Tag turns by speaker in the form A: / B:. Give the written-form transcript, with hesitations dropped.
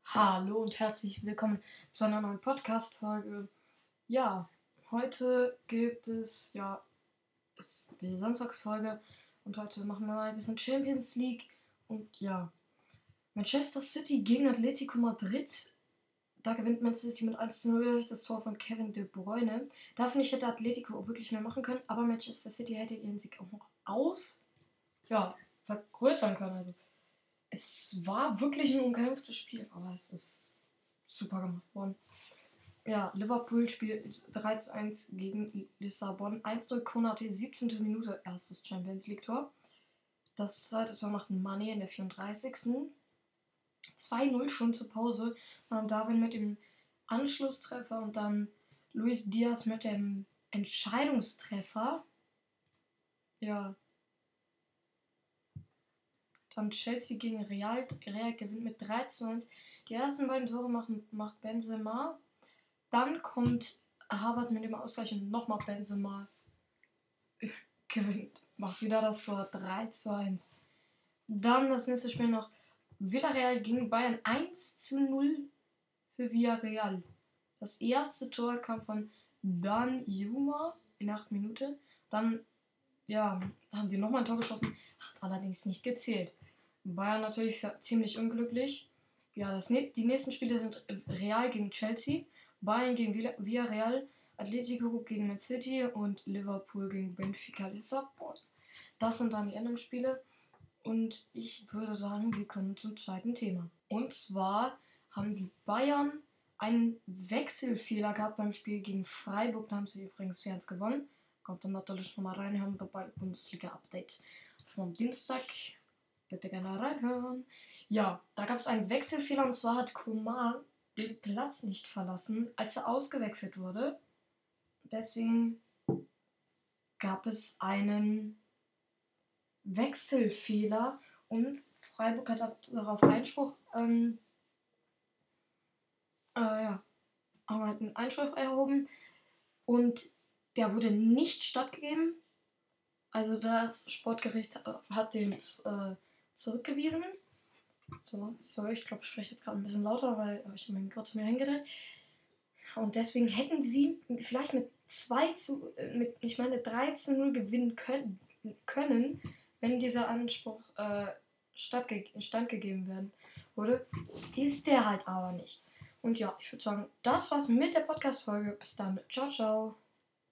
A: Hallo und herzlich willkommen zu einer neuen Podcast-Folge. Ja, heute gibt es ist die Samstagsfolge und heute machen wir mal ein bisschen Champions League. Und ja, Manchester City gegen Atletico Madrid. Da gewinnt Manchester City mit 1:0 durch das Tor von Kevin De Bruyne. Da finde ich, hätte Atletico auch wirklich mehr machen können, aber Manchester City hätte ihren Sieg auch noch vergrößern können. Also, es war wirklich ein umkämpftes Spiel, aber es ist super gemacht worden. Ja, Liverpool spielt 3:1 gegen Lissabon. 1:0 Konate, 17. Minute, erstes Champions League-Tor. Das zweite Tor macht Mané in der 34. 2:0 schon zur Pause. Dann Darwin mit dem Anschlusstreffer und dann Luis Diaz mit dem Entscheidungstreffer. Ja. Dann Chelsea gegen Real. Real gewinnt mit 3:1. Die ersten beiden Tore macht Benzema. Dann kommt Harvard mit dem Ausgleich und nochmal Benzema gewinnt. Macht wieder das Tor 3:1. Dann das nächste Spiel noch Villarreal gegen Bayern 1:0 für Villarreal. Das erste Tor kam von Dan Juma in der 8. Minute. Dann haben sie nochmal ein Tor geschossen, hat allerdings nicht gezählt. Bayern natürlich ziemlich unglücklich. Ja, die nächsten Spiele sind Real gegen Chelsea, Bayern gegen Villarreal, Atletico gegen Man City und Liverpool gegen Benfica Lissabon. Das sind dann die Endspiele. Und ich würde sagen, wir kommen zum zweiten Thema. Und zwar haben die Bayern einen Wechselfehler gehabt beim Spiel gegen Freiburg. Da haben sie übrigens 4:1 gewonnen. Kommt dann natürlich nochmal reinhören dabei Bundesliga-Update vom Dienstag. Bitte gerne reinhören. Ja, da gab es einen Wechselfehler und zwar hat Coman den Platz nicht verlassen, als er ausgewechselt wurde. Deswegen gab es einen Wechselfehler und Freiburg hat darauf Einspruch, haben einen Einspruch erhoben und der wurde nicht stattgegeben. Also das Sportgericht hat den zurückgewiesen. So, sorry, ich glaube, ich spreche jetzt gerade ein bisschen lauter, weil ich habe mein Mikro zu mir hingedreht. Und deswegen hätten sie vielleicht mit 3:0 gewinnen können, wenn dieser Anspruch standgegeben werden wurde. Ist der halt aber nicht. Und ja, ich würde sagen, das war's mit der Podcast-Folge. Bis dann. Ciao, ciao.